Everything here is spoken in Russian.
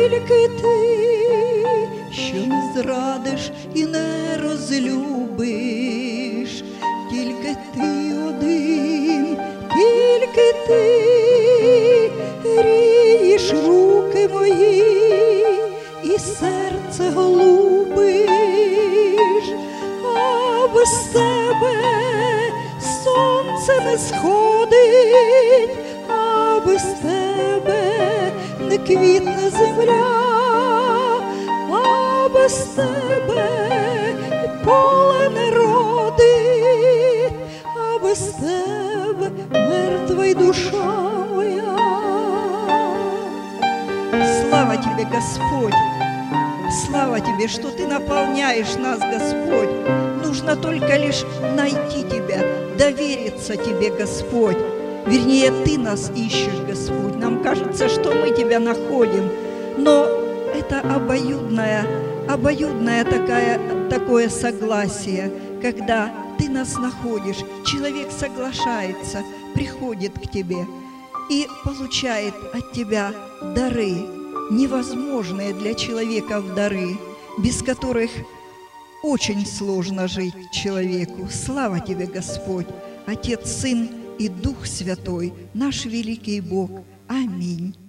тільки ти, що не зрадиш і не розлюбиш, тільки ти один, тільки ти грієш руки мої і серце голубиш, а без тебе сонце не сходить, а без тебе не квітне земля, а без тебе поле не родить, а без тебе мертва й душа моя. Слава тебе, Господь! Слава тебе, что ты наполняешь нас, Господь. Нужно только лишь найти тебя, довериться тебе, Господь. Вернее, ты нас ищешь, Господь. Нам кажется, что мы тебя находим, но это обоюдное такое согласие, когда ты нас находишь, человек соглашается, приходит к тебе и получает от тебя дары, невозможные для человека дары, без которых очень сложно жить человеку. Слава тебе, Господь, Отец, Сын и Дух Святой, наш великий Бог. Аминь.